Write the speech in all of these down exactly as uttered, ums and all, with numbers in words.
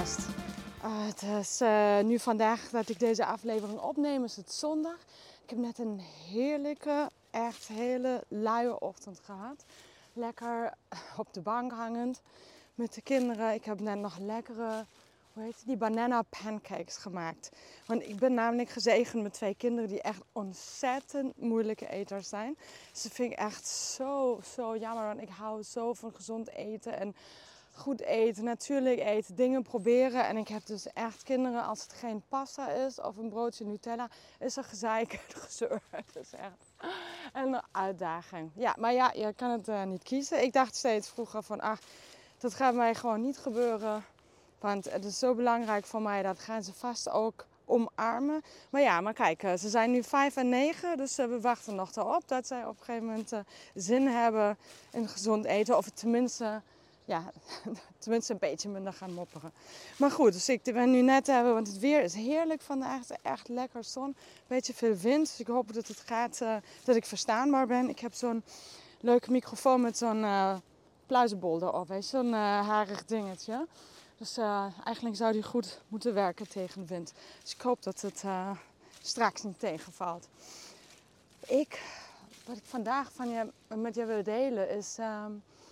podcast. Uh, het is uh, nu vandaag dat ik deze aflevering opneem, is het zondag. Ik heb net een heerlijke, echt hele luie ochtend gehad. Lekker op de bank hangend met de kinderen. Ik heb net nog lekkere, hoe heet die, banana pancakes gemaakt. Want ik ben namelijk gezegend met twee kinderen die echt ontzettend moeilijke eters zijn. Dus dat vind ik echt zo, zo jammer, want ik hou zo van gezond eten en goed eten, natuurlijk eten, dingen proberen. En ik heb dus echt kinderen, als het geen pasta is of een broodje Nutella, is er gezeik en gezeur. Het is echt een uitdaging. Ja, maar ja, je kan het uh, niet kiezen. Ik dacht steeds vroeger van, ach, dat gaat mij gewoon niet gebeuren. Want het is zo belangrijk voor mij, dat gaan ze vast ook omarmen. Maar ja, maar kijk, ze zijn nu vijf en negen, dus we wachten nog erop dat zij op een gegeven moment uh, zin hebben in gezond eten. Of het tenminste... Ja, tenminste een beetje minder gaan mopperen. Maar goed, dus ik ben nu net hebben, want het weer is heerlijk vandaag. Het is echt lekker zon. Een beetje veel wind. Dus ik hoop dat het gaat, uh, dat ik verstaanbaar ben. Ik heb zo'n leuke microfoon met zo'n uh, pluizenbol erop. Weet je, zo'n uh, harig dingetje. Dus uh, eigenlijk zou die goed moeten werken tegen wind. Dus ik hoop dat het uh, straks niet tegenvalt. Ik, wat ik vandaag van je, met je wil delen is... Uh,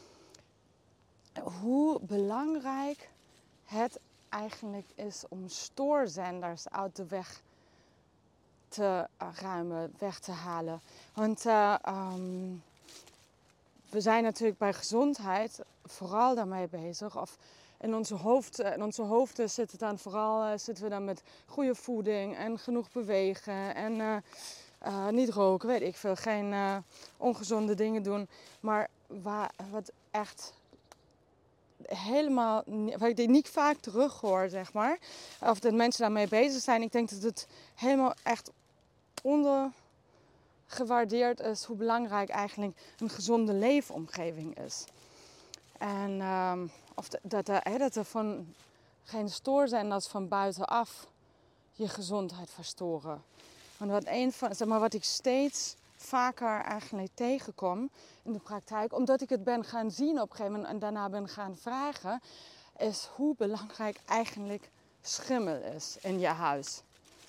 hoe belangrijk het eigenlijk is om stoorzenders uit de weg te ruimen, weg te halen. Want uh, um, we zijn natuurlijk bij gezondheid vooral daarmee bezig. Of in onze, hoofd, in onze hoofden zitten, dan vooral, uh, zitten we dan met goede voeding en genoeg bewegen en uh, uh, niet roken, weet ik veel. Geen uh, ongezonde dingen doen. Maar waar, wat echt... helemaal, wat ik niet vaak terug hoor, zeg maar. Of dat mensen daarmee bezig zijn. Ik denk dat het helemaal echt ondergewaardeerd is hoe belangrijk eigenlijk een gezonde leefomgeving is. En um, of de, dat, er, he, dat er van geen stoorzenders van buitenaf je gezondheid verstoren. Want wat, een van, zeg maar, wat ik steeds vaker eigenlijk tegenkom in de praktijk, omdat ik het ben gaan zien op een gegeven moment en daarna ben gaan vragen, is hoe belangrijk eigenlijk schimmel is in je huis.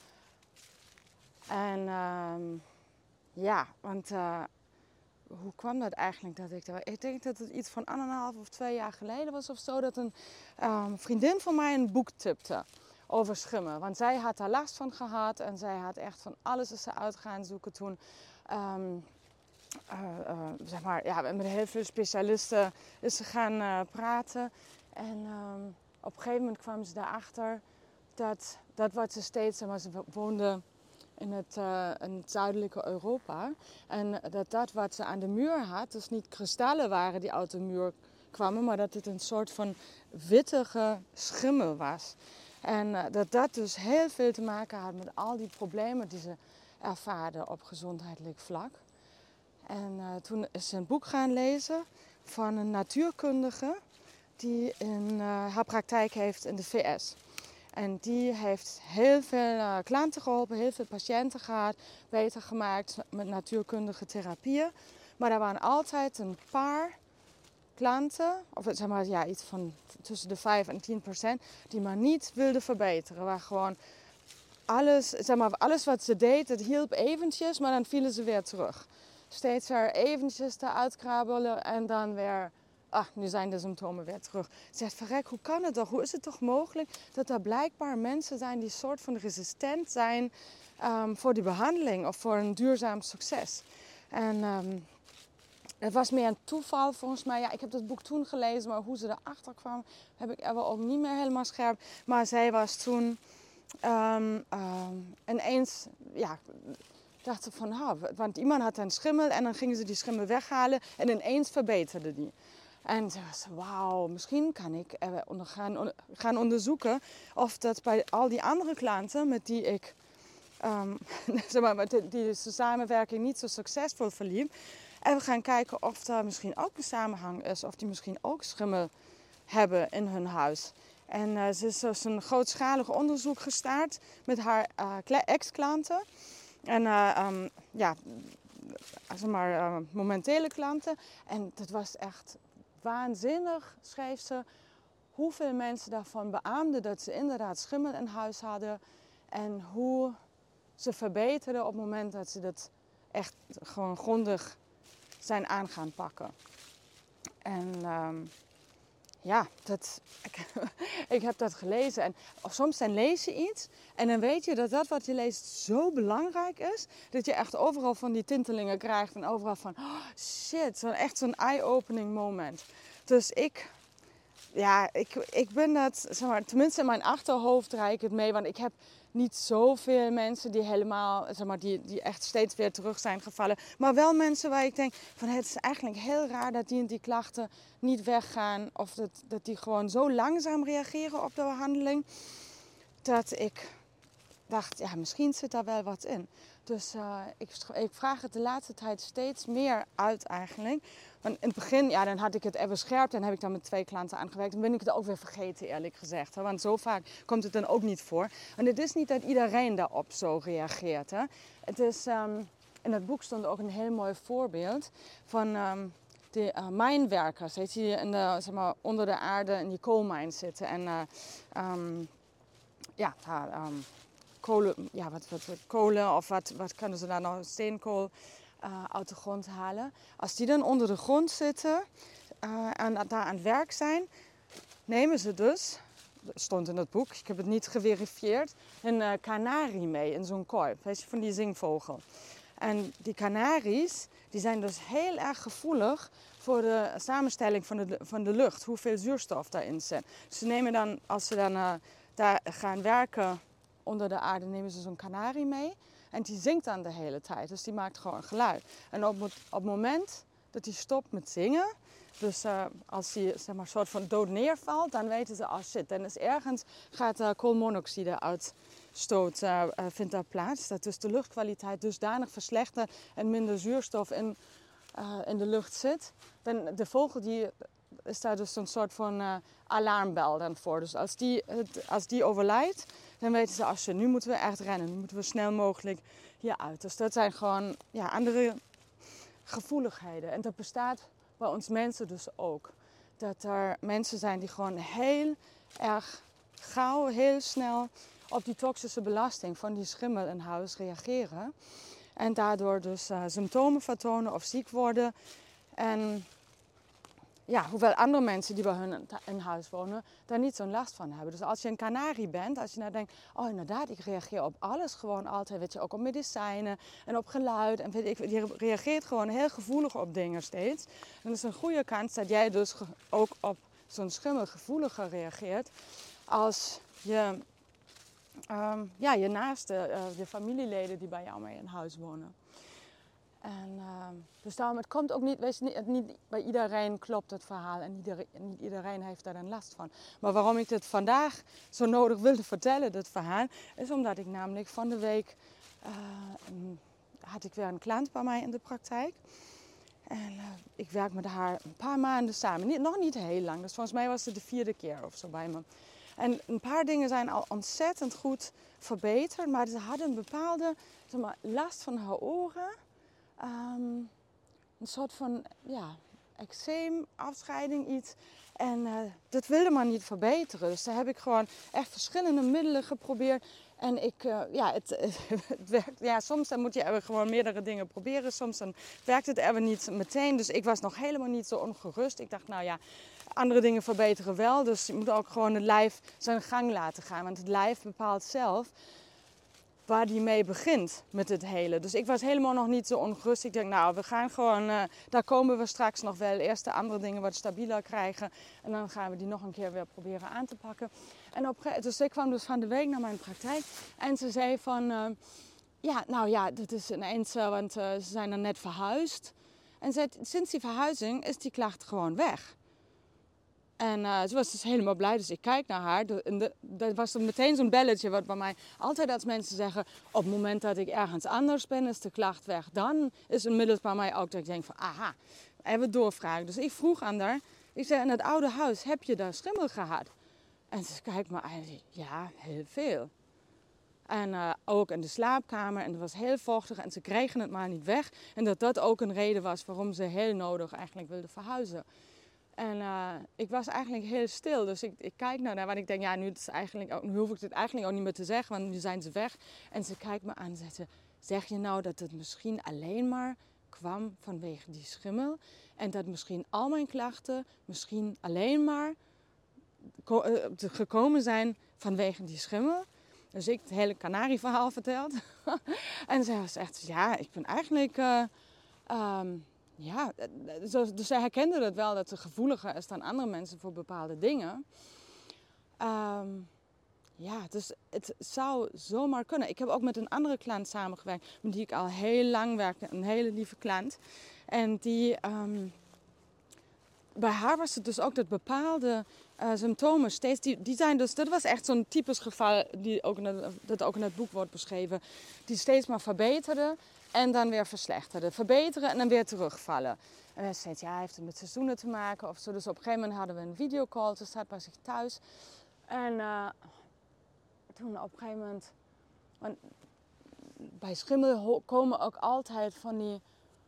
En um, ja, want uh, hoe kwam dat eigenlijk dat ik daar... Ik denk dat het iets van anderhalf of twee jaar geleden was of zo, dat een um, vriendin van mij een boek tipte over schimmel. Want zij had daar last van gehad en zij had echt van alles is ze uit gaan zoeken toen. Um, uh, uh, zeg maar, ja, met heel veel specialisten is ze gaan uh, praten. En um, op een gegeven moment kwam ze daarachter dat, dat wat ze steeds, zeg maar, ze woonde in het, uh, in het zuidelijke Europa. En dat dat wat ze aan de muur had, dus niet kristallen waren die uit de muur kwamen, maar dat het een soort van wittige schimmel was. En uh, dat dat dus heel veel te maken had met al die problemen die ze ervaarden op gezondheidelijk vlak. En uh, toen is ze een boek gaan lezen van een natuurkundige die in, uh, haar praktijk heeft in de V S. En die heeft heel veel uh, klanten geholpen, heel veel patiënten gehad, beter gemaakt met natuurkundige therapieën. Maar er waren altijd een paar klanten, of zeg maar ja, iets van tussen de vijf en tien procent, die maar niet wilden verbeteren. Waar gewoon alles, zeg maar, alles wat ze deed, het hielp eventjes, maar dan vielen ze weer terug. Steeds er eventjes eruit krabbelen en dan weer, ah, nu zijn de symptomen weer terug. Ze zegt, verrek, hoe kan het toch? Hoe is het toch mogelijk dat er blijkbaar mensen zijn die soort van resistent zijn um, voor die behandeling of voor een duurzaam succes? En um, het was meer een toeval volgens mij. Ja, ik heb dat boek toen gelezen, maar hoe ze erachter kwam, heb ik er wel ook niet meer helemaal scherp. Maar zij was toen um, um, ineens, ja, dacht ze van, oh, want iemand had een schimmel en dan gingen ze die schimmel weghalen en ineens verbeterde die. En ze was, wauw, misschien kan ik onder gaan, gaan onderzoeken of dat bij al die andere klanten met die ik, um, zeg maar, met die, die de samenwerking niet zo succesvol verliep. En we gaan kijken of er misschien ook een samenhang is, of die misschien ook schimmel hebben in hun huis. En uh, ze is dus een grootschalig onderzoek gestart met haar uh, ex-klanten. En uh, um, ja, zeg maar uh, momentele klanten. En dat was echt waanzinnig, schreef ze, hoeveel mensen daarvan beaamden dat ze inderdaad schimmel in huis hadden. En hoe ze verbeterden op het moment dat ze dat echt gewoon grondig zijn aan gaan pakken. En um, ja, dat, ik, ik heb dat gelezen. En soms dan lees je iets en dan weet je dat dat wat je leest zo belangrijk is. Dat je echt overal van die tintelingen krijgt en overal van, oh shit, zo, echt zo'n eye-opening moment. Dus ik, ja, ik, ik ben dat, zeg maar, tenminste in mijn achterhoofd draai ik het mee. Want ik heb niet zoveel mensen die helemaal, zeg maar, die, die echt steeds weer terug zijn gevallen. Maar wel mensen waar ik denk van het is eigenlijk heel raar dat die en die klachten niet weggaan. Of dat, dat die gewoon zo langzaam reageren op de behandeling. Dat ik dacht, ja, misschien zit daar wel wat in. Dus uh, ik, ik vraag het de laatste tijd steeds meer uit eigenlijk. Want in het begin, ja, dan had ik het even scherp. Dan heb ik dan met twee klanten aangewerkt. Dan ben ik het ook weer vergeten, eerlijk gezegd. Hè? Want zo vaak komt het dan ook niet voor. En het is niet dat iedereen daarop zo reageert. Hè? Het is, um, in het boek stond ook een heel mooi voorbeeld van um, de uh, mijnwerkers. Die in de, zeg maar, onder de aarde in die coalmines zitten. En uh, um, ja, daar... Um, Kolen, ja, wat, wat, wat kolen of wat, wat kunnen ze daar nog, steenkool uh, uit de grond halen. Als die dan onder de grond zitten uh, en daar aan het werk zijn, nemen ze dus, dat stond in het boek, ik heb het niet geverifieerd, een uh, kanarie mee in zo'n kooi. Weet je, van die zingvogel. En die kanaries, die zijn dus heel erg gevoelig voor de samenstelling van de, van de lucht, hoeveel zuurstof daarin zit. Dus ze nemen dan, als ze dan uh, daar gaan werken onder de aarde, nemen ze zo'n kanarie mee. En die zingt dan de hele tijd. Dus die maakt gewoon geluid. En op, op het moment dat die stopt met zingen, dus uh, als die, zeg maar, soort van dood neervalt, dan weten ze, oh shit, dan is ergens gaat uh, koolmonoxide uitstoot, uh, uh, vindt daar plaats. Dat dus de luchtkwaliteit dusdanig verslechtert en minder zuurstof in, uh, in de lucht zit. Dan de vogel die is daar dus een soort van uh, alarmbel dan voor. Dus als die, als die overlijdt, dan weten ze, als je, nu moeten we echt rennen. Nu moeten we snel mogelijk hieruit. Dus dat zijn gewoon, ja, andere gevoeligheden. En dat bestaat bij ons mensen dus ook. Dat er mensen zijn die gewoon heel erg gauw, heel snel op die toxische belasting van die schimmel in huis reageren. En daardoor dus uh, symptomen vertonen of ziek worden. En ja, hoewel andere mensen die bij hun in huis wonen, daar niet zo'n last van hebben. Dus als je een kanarie bent, als je nou denkt, oh inderdaad, ik reageer op alles gewoon altijd, weet je, ook op medicijnen en op geluid. En weet ik, je reageert gewoon heel gevoelig op dingen steeds. En dat is een goede kans dat jij dus ook op zo'n schimmel gevoeliger reageert als je, um, ja, je naaste, uh, je familieleden die bij jou mee in huis wonen. En, uh, dus daarom, het komt ook niet, weet je, niet, niet bij iedereen klopt het verhaal en iedereen, niet iedereen heeft daar een last van. Maar waarom ik dit vandaag zo nodig wilde vertellen, dit verhaal, is omdat ik namelijk van de week, uh, een, had ik weer een klant bij mij in de praktijk. En uh, ik werk met haar een paar maanden samen, niet, nog niet heel lang, dus volgens mij was het de vierde keer of zo bij me. En een paar dingen zijn al ontzettend goed verbeterd, maar ze hadden een bepaalde, zeg maar, last van haar oren. Um, een soort van, ja, eczeem, afscheiding, iets. En uh, dat wilde maar niet verbeteren. Dus daar heb ik gewoon echt verschillende middelen geprobeerd. En ik, uh, ja, het, het werkt. Ja, soms dan moet je even gewoon meerdere dingen proberen. Soms dan werkt het even niet meteen. Dus ik was nog helemaal niet zo ongerust. Ik dacht, nou ja, andere dingen verbeteren wel. Dus je moet ook gewoon het lijf zijn gang laten gaan. Want het lijf bepaalt zelf waar die mee begint met het hele. Dus ik was helemaal nog niet zo ongerust. Ik denk, nou, we gaan gewoon, uh, daar komen we straks nog wel. Eerst de andere dingen wat stabieler krijgen. En dan gaan we die nog een keer weer proberen aan te pakken. En op, dus ik kwam dus van de week naar mijn praktijk. En ze zei van, uh, ja, nou ja, dat is ineens, uh, want uh, ze zijn dan net verhuisd. En zei, sinds die verhuizing is die klacht gewoon weg. En uh, ze was dus helemaal blij, dus ik kijk naar haar. Dat was dan meteen zo'n belletje wat bij mij altijd als mensen zeggen, op het moment dat ik ergens anders ben, is de klacht weg. Dan is inmiddels bij mij ook dat ik denk van, aha, even doorvragen. Dus ik vroeg aan haar, ik zei, in het oude huis, heb je daar schimmel gehad? En ze kijkt me aan en zegt, ja, heel veel. En uh, ook in de slaapkamer, en het was heel vochtig en ze kregen het maar niet weg. En dat dat ook een reden was waarom ze heel nodig eigenlijk wilde verhuizen. En uh, ik was eigenlijk heel stil. Dus ik, ik kijk naar haar, want ik denk, ja, nu, is eigenlijk ook, nu hoef ik het eigenlijk ook niet meer te zeggen, want nu zijn ze weg. En ze kijkt me aan en zegt ze, zeg je nou dat het misschien alleen maar kwam vanwege die schimmel? En dat misschien al mijn klachten misschien alleen maar ko- uh, gekomen zijn vanwege die schimmel? Dus ik het hele kanarieverhaal verteld. En zij was echt, ja, ik ben eigenlijk... Uh, um, ja, dus, dus zij herkende het wel dat ze gevoeliger is dan andere mensen voor bepaalde dingen. Um, ja, dus het zou zomaar kunnen. Ik heb ook met een andere klant samengewerkt, met die ik al heel lang werkte. Een hele lieve klant. En die... Um, bij haar was het dus ook dat bepaalde uh, symptomen steeds... Die, die zijn dus, dat was echt zo'n typisch geval die ook in het, dat ook in het boek wordt beschreven. Die steeds maar verbeterde en dan weer verslechterde. Verbeteren en dan weer terugvallen. En hij zei, ja, heeft het met seizoenen te maken of zo. Dus op een gegeven moment hadden we een videocall. Ze staat bij zich thuis. En uh, toen op een gegeven moment... Want bij schimmel komen ook altijd van die...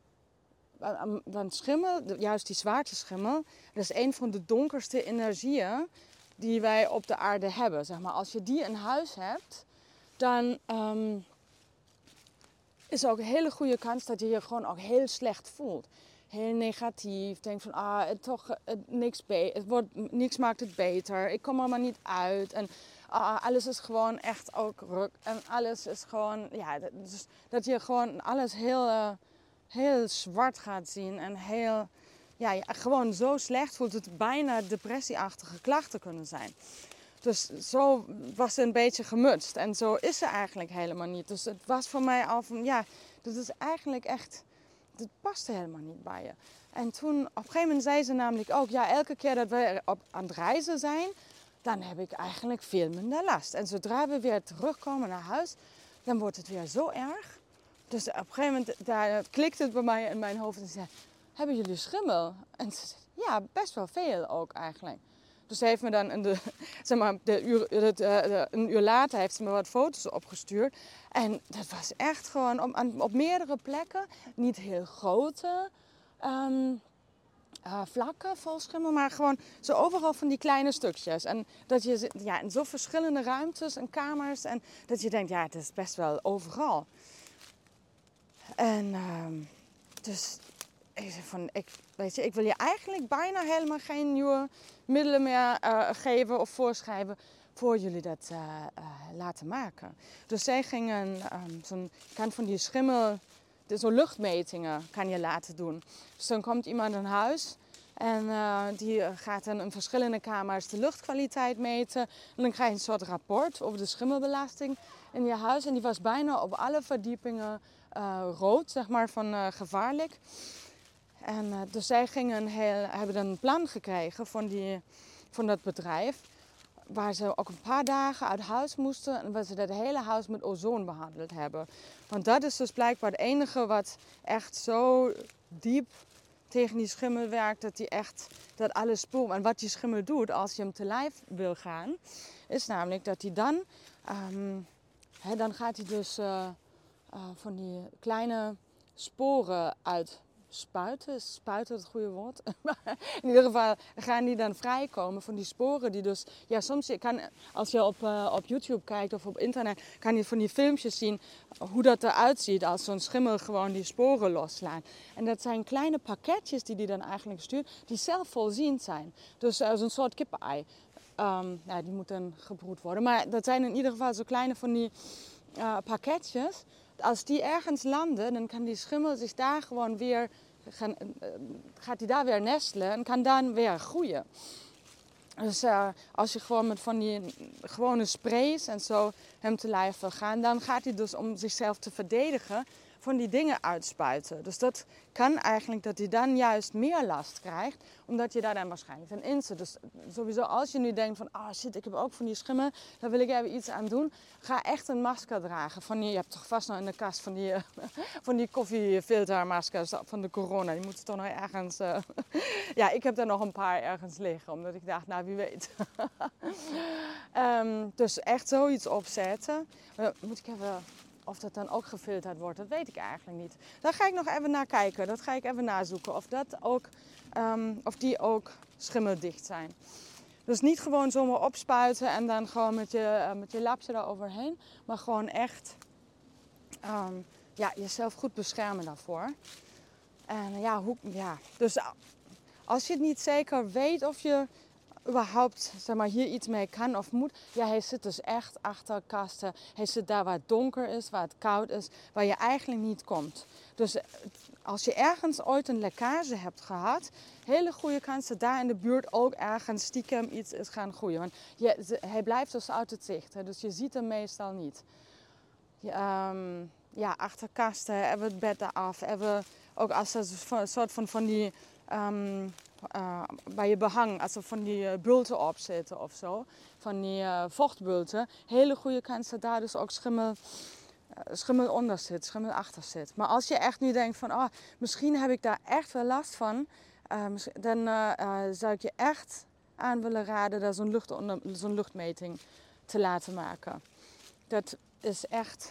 Want schimmel, juist die zwarte schimmel, dat is een van de donkerste energieën die wij op de aarde hebben. Zeg maar, als je die in huis hebt, dan um, is er ook een hele goede kans dat je je gewoon ook heel slecht voelt. Heel negatief, denk van ah, het, toch, het, niks, be- het wordt, niks maakt het beter, ik kom er maar niet uit. En ah, alles is gewoon echt ook ruk en alles is gewoon, ja, dat, dus, dat je gewoon alles heel... Uh, heel zwart gaat zien en heel, ja, ja, gewoon zo slecht voelt het bijna depressieachtige klachten kunnen zijn. Dus zo was ze een beetje gemutst en zo is ze eigenlijk helemaal niet. Dus het was voor mij al van, ja, dat is eigenlijk echt, dat past helemaal niet bij je. En toen, op een gegeven moment zei ze namelijk ook, ja, elke keer dat we op, aan het reizen zijn, dan heb ik eigenlijk veel minder last. En zodra we weer terugkomen naar huis, dan wordt het weer zo erg. Dus op een gegeven moment daar klikte het bij mij in mijn hoofd en ze zei, hebben jullie schimmel? En ze zei, ja, best wel veel ook eigenlijk. Dus ze heeft me dan, in de, zeg maar, de uur, de, de, een uur later heeft ze me wat foto's opgestuurd. En dat was echt gewoon op, op meerdere plekken, niet heel grote um, uh, vlakken vol schimmel, maar gewoon zo overal van die kleine stukjes. En dat je ja, in zo verschillende ruimtes en kamers en dat je denkt, ja, het is best wel overal. En uh, dus ik zei van, ik, weet je, ik wil je eigenlijk bijna helemaal geen nieuwe middelen meer uh, geven of voorschrijven voor jullie dat uh, uh, laten maken. Dus zij gingen, um, zo'n, je kan van die schimmel, zo'n luchtmetingen kan je laten doen. Dus dan komt iemand in huis en uh, die gaat dan in verschillende kamers de luchtkwaliteit meten. En dan krijg je een soort rapport over de schimmelbelasting in je huis. En die was bijna op alle verdiepingen uh, rood, zeg maar, van uh, gevaarlijk. En uh, dus zij gingen heel, hebben dan een plan gekregen van, die, van dat bedrijf. Waar ze ook een paar dagen uit huis moesten. En waar ze dat hele huis met ozon behandeld hebben. Want dat is dus blijkbaar het enige wat echt zo diep tegen die schimmel werkt. Dat die echt, dat alles spoelt. En wat die schimmel doet als je hem te lijf wil gaan. Is namelijk dat hij dan, um, he, dan gaat hij dus uh, uh, van die kleine sporen uit. Spuiten, is spuiten het goede woord? In ieder geval gaan die dan vrijkomen van die sporen die dus... Ja, soms je kan, als je op, uh, op YouTube kijkt of op internet, kan je van die filmpjes zien hoe dat eruit ziet als zo'n schimmel gewoon die sporen loslaat. En dat zijn kleine pakketjes die die dan eigenlijk stuurt, die zelfvoorzienend zijn. Dus uh, zo'n soort kippenei. Um, ja, die moeten gebroed worden. Maar dat zijn in ieder geval zo kleine van die uh, pakketjes. Als die ergens landen, dan kan die schimmel zich daar gewoon weer, gaan, gaat die daar weer nestelen en kan dan weer groeien. Dus uh, als je gewoon met van die gewone sprays en zo hem te lijf wil gaan, dan gaat hij dus om zichzelf te verdedigen van die dingen uitspuiten. Dus dat kan eigenlijk dat hij dan juist meer last krijgt, omdat je daar dan waarschijnlijk dan in zit. Dus sowieso als je nu denkt van, ah oh shit, ik heb ook van die schimmel, daar wil ik even iets aan doen. Ga echt een masker dragen. Van die, je hebt toch vast nog in de kast van die, van die koffiefiltermaskers van de corona. Die moeten toch nog ergens... Uh... ja, ik heb er nog een paar ergens liggen, omdat ik dacht, nou wie weet. um, dus echt zoiets opzetten. Uh, moet ik even... Of dat dan ook gefilterd wordt, dat weet ik eigenlijk niet. Daar ga ik nog even naar kijken. Dat ga ik even nazoeken. Of, dat ook, um, of die ook schimmeldicht zijn. Dus niet gewoon zomaar opspuiten en dan gewoon met je, uh, met je lapje eroverheen. Maar gewoon echt um, ja, jezelf goed beschermen daarvoor. En ja, hoe, ja, dus als je het niet zeker weet of je überhaupt zeg maar, hier iets mee kan of moet. Ja, hij zit dus echt achter kasten. Hij zit daar waar het donker is, waar het koud is, waar je eigenlijk niet komt. Dus als je ergens ooit een lekkage hebt gehad, hele goede kans dat daar in de buurt ook ergens stiekem iets is gaan groeien. Want je, hij blijft dus uit het zicht, hè, dus je ziet hem meestal niet. Ja, um, ja, achter kasten, hebben we het bed eraf, hebben we ook als er een soort van, van die... Um, Uh, bij je behang, als er van die uh, bulten op zitten of zo, van die uh, vochtbulten, hele goede kans dat daar dus ook schimmel, uh, schimmel onder zit, schimmel achter zit. Maar als je echt nu denkt van, oh, misschien heb ik daar echt wel last van, uh, dan uh, uh, zou ik je echt aan willen raden daar zo'n, lucht onder, zo'n luchtmeting te laten maken. Dat is echt...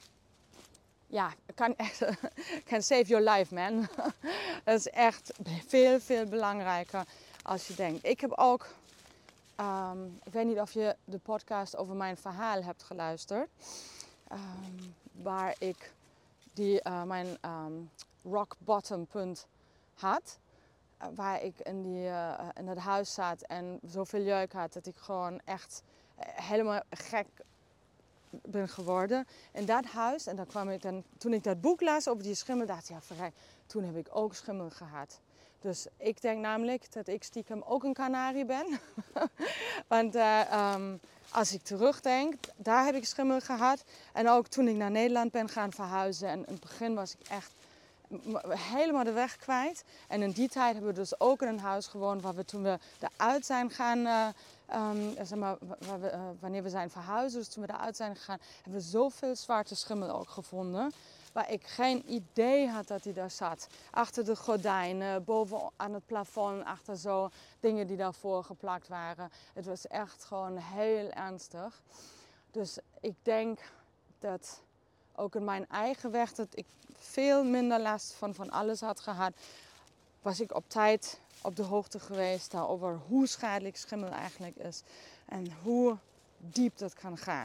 Ja, kan echt, can save your life, man. Dat is echt veel, veel belangrijker als je denkt. Ik heb ook, um, ik weet niet of je de podcast over mijn verhaal hebt geluisterd. Um, waar ik die, uh, mijn um, rock bottom punt had. Uh, waar ik in, die, uh, in het huis zat en zoveel jeuk had dat ik gewoon echt helemaal gek ben geworden. In dat huis, en dan kwam ik dan, toen ik dat boek las over die schimmel, dacht ik, ja, verrij, toen heb ik ook schimmel gehad. Dus ik denk namelijk dat ik stiekem ook een kanarie ben. Want uh, um, als ik terugdenk, daar heb ik schimmel gehad. En ook toen ik naar Nederland ben gaan verhuizen. En in het begin was ik echt helemaal de weg kwijt. En in die tijd hebben we dus ook in een huis gewoond waar we toen we eruit zijn gaan... Uh, Um, zeg maar, waar we, uh, wanneer we zijn verhuisd, dus toen we eruit zijn gegaan, hebben we zoveel zwarte schimmel ook gevonden. Waar ik geen idee had dat hij daar zat. Achter de gordijnen, boven aan het plafond, achter zo dingen die daarvoor geplakt waren. Het was echt gewoon heel ernstig. Dus ik denk dat ook in mijn eigen weg, dat ik veel minder last van, van alles had gehad, was ik op tijd op de hoogte geweest over hoe schadelijk schimmel eigenlijk is en hoe diep dat kan gaan.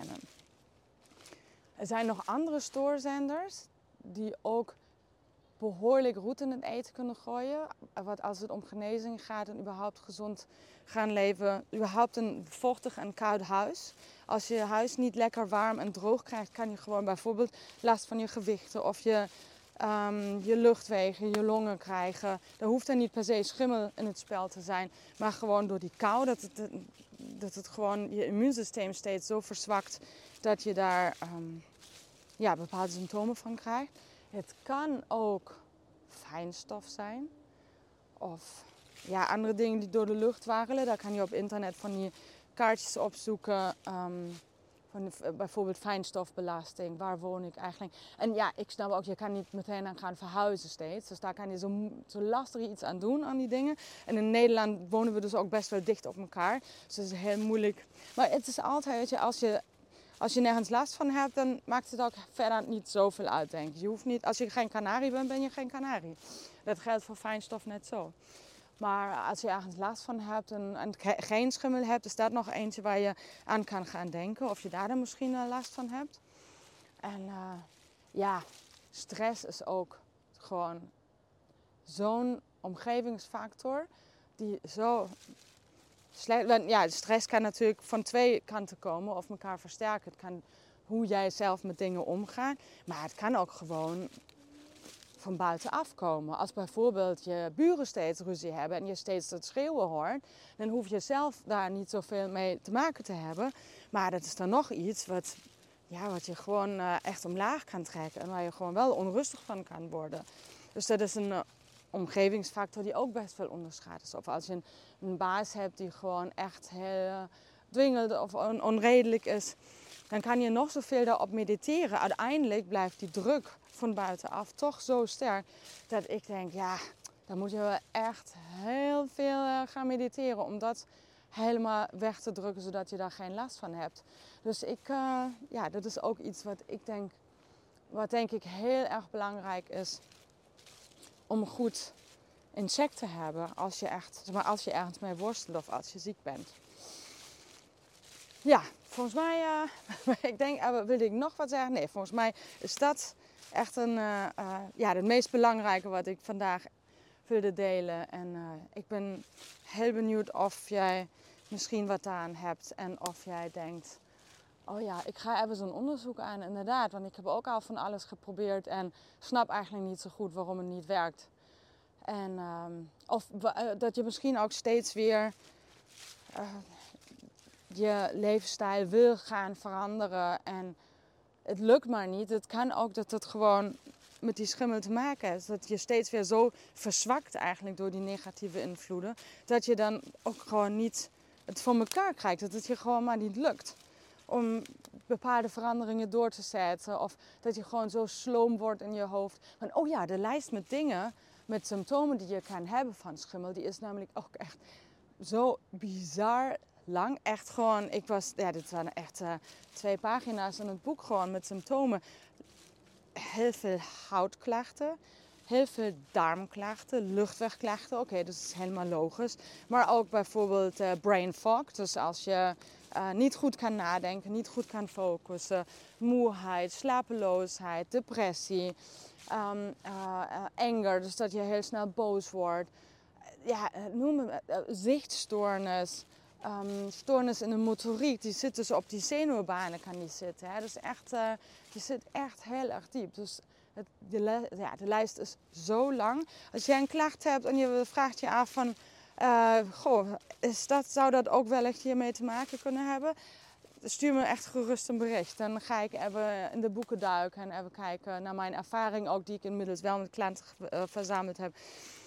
Er zijn nog andere stoorzenders die ook behoorlijk roet in het eten kunnen gooien. Wat als het om genezing gaat en überhaupt gezond gaan leven, überhaupt een vochtig en koud huis. Als je je huis niet lekker warm en droog krijgt, kan je gewoon bijvoorbeeld last van je gewichten of je Um, je luchtwegen, je longen krijgen. Er hoeft er niet per se schimmel in het spel te zijn, maar gewoon door die kou, dat het, dat het gewoon je immuunsysteem steeds zo verzwakt dat je daar um, ja, bepaalde symptomen van krijgt. Het kan ook fijnstof zijn of ja, andere dingen die door de lucht warrelen. Daar kan je op internet van die kaartjes opzoeken. Um, Van de, bijvoorbeeld fijnstofbelasting, waar woon ik eigenlijk? En ja, ik snap ook, je kan niet meteen aan gaan verhuizen steeds. Dus daar kan je zo, zo lastig iets aan doen, aan die dingen. En in Nederland wonen we dus ook best wel dicht op elkaar. Dus het is heel moeilijk. Maar het is altijd, weet je, als je, als je nergens last van hebt, dan maakt het ook verder niet zoveel uit, denk ik. Je hoeft niet, als je geen kanarie bent, ben je geen kanarie. Dat geldt voor fijnstof net zo. Maar als je ergens last van hebt en, en geen schimmel hebt, is dat nog eentje waar je aan kan gaan denken. Of je daar dan misschien uh, last van hebt. En uh, ja, stress is ook gewoon zo'n omgevingsfactor die zo slecht... Ja, stress kan natuurlijk van twee kanten komen of elkaar versterken. Het kan hoe jij zelf met dingen omgaat. Maar het kan ook gewoon van buitenaf komen. Als bijvoorbeeld je buren steeds ruzie hebben en je steeds dat schreeuwen hoort, dan hoef je zelf daar niet zoveel mee te maken te hebben. Maar dat is dan nog iets wat, ja, wat je gewoon uh, echt omlaag kan trekken en waar je gewoon wel onrustig van kan worden. Dus dat is een uh, omgevingsfactor die ook best wel onderschat is. Of als je een, een baas hebt die gewoon echt heel uh, dwingend of on- onredelijk is, dan kan je nog zoveel daarop mediteren. Uiteindelijk blijft die druk van buitenaf toch zo sterk dat ik denk, ja, dan moet je wel echt heel veel uh, gaan mediteren om dat helemaal weg te drukken, zodat je daar geen last van hebt. Dus ik, uh, ja, dat is ook iets wat ik denk, wat denk ik heel erg belangrijk is om goed insecten hebben als je echt, zeg maar, als je ergens mee worstelt of als je ziek bent. Ja, volgens mij, uh, ik denk, uh, wil ik nog wat zeggen? Nee, volgens mij is dat echt een, uh, uh, ja, het meest belangrijke wat ik vandaag wilde delen. En uh, ik ben heel benieuwd of jij misschien wat aan hebt en of jij denkt, oh ja, ik ga even zo'n onderzoek aan, inderdaad. Want ik heb ook al van alles geprobeerd en snap eigenlijk niet zo goed waarom het niet werkt. En um, of uh, dat je misschien ook steeds weer uh, je levensstijl wil gaan veranderen en het lukt maar niet. Het kan ook dat het gewoon met die schimmel te maken heeft. Dat je steeds weer zo verzwakt eigenlijk door die negatieve invloeden. Dat je dan ook gewoon niet het voor elkaar krijgt. Dat het je gewoon maar niet lukt om bepaalde veranderingen door te zetten. Of dat je gewoon zo sloom wordt in je hoofd. Van, oh ja, de lijst met dingen, met symptomen die je kan hebben van schimmel, die is namelijk ook echt zo bizar lang. Echt gewoon, ik was, ja, dit waren echt uh, twee pagina's in het boek gewoon met symptomen. Heel veel huidklachten, heel veel darmklachten, luchtwegklachten. Oké, okay, dat is helemaal logisch. Maar ook bijvoorbeeld uh, brain fog. Dus als je uh, niet goed kan nadenken, niet goed kan focussen. Moeheid, slapeloosheid, depressie, um, uh, uh, anger. Dus dat je heel snel boos wordt. Ja, noem het uh, zichtstoornis. Um, stoornis in de motoriek, die zit dus op die zenuwbanen kan die zitten. Hè. Dus echt, uh, die zit echt heel erg diep. Dus het, de, le- ja, de lijst is zo lang. Als jij een klacht hebt en je vraagt je af van, uh, goh, is dat, zou dat ook wellicht hiermee te maken kunnen hebben? Stuur me echt gerust een bericht. Dan ga ik even in de boeken duiken en even kijken naar mijn ervaring ook, die ik inmiddels wel met klanten uh, verzameld heb.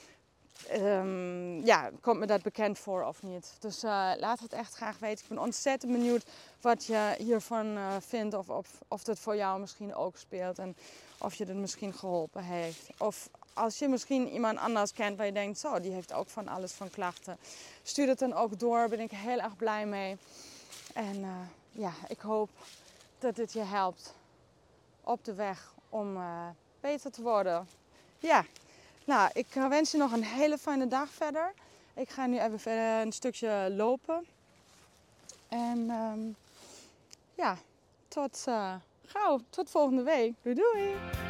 Um, ja, komt me dat bekend voor of niet. Dus uh, laat het echt graag weten. Ik ben ontzettend benieuwd wat je hiervan uh, vindt. Of, of, of dat voor jou misschien ook speelt. En of je het misschien geholpen heeft. Of als je misschien iemand anders kent waar je denkt, zo, die heeft ook van alles van klachten. Stuur het dan ook door. Ben ik heel erg blij mee. En uh, ja, ik hoop dat dit je helpt op de weg om uh, beter te worden. Ja. Nou, ik wens je nog een hele fijne dag verder. Ik ga nu even verder een stukje lopen. En um, ja, tot uh, gauw. Tot volgende week. Doei doei!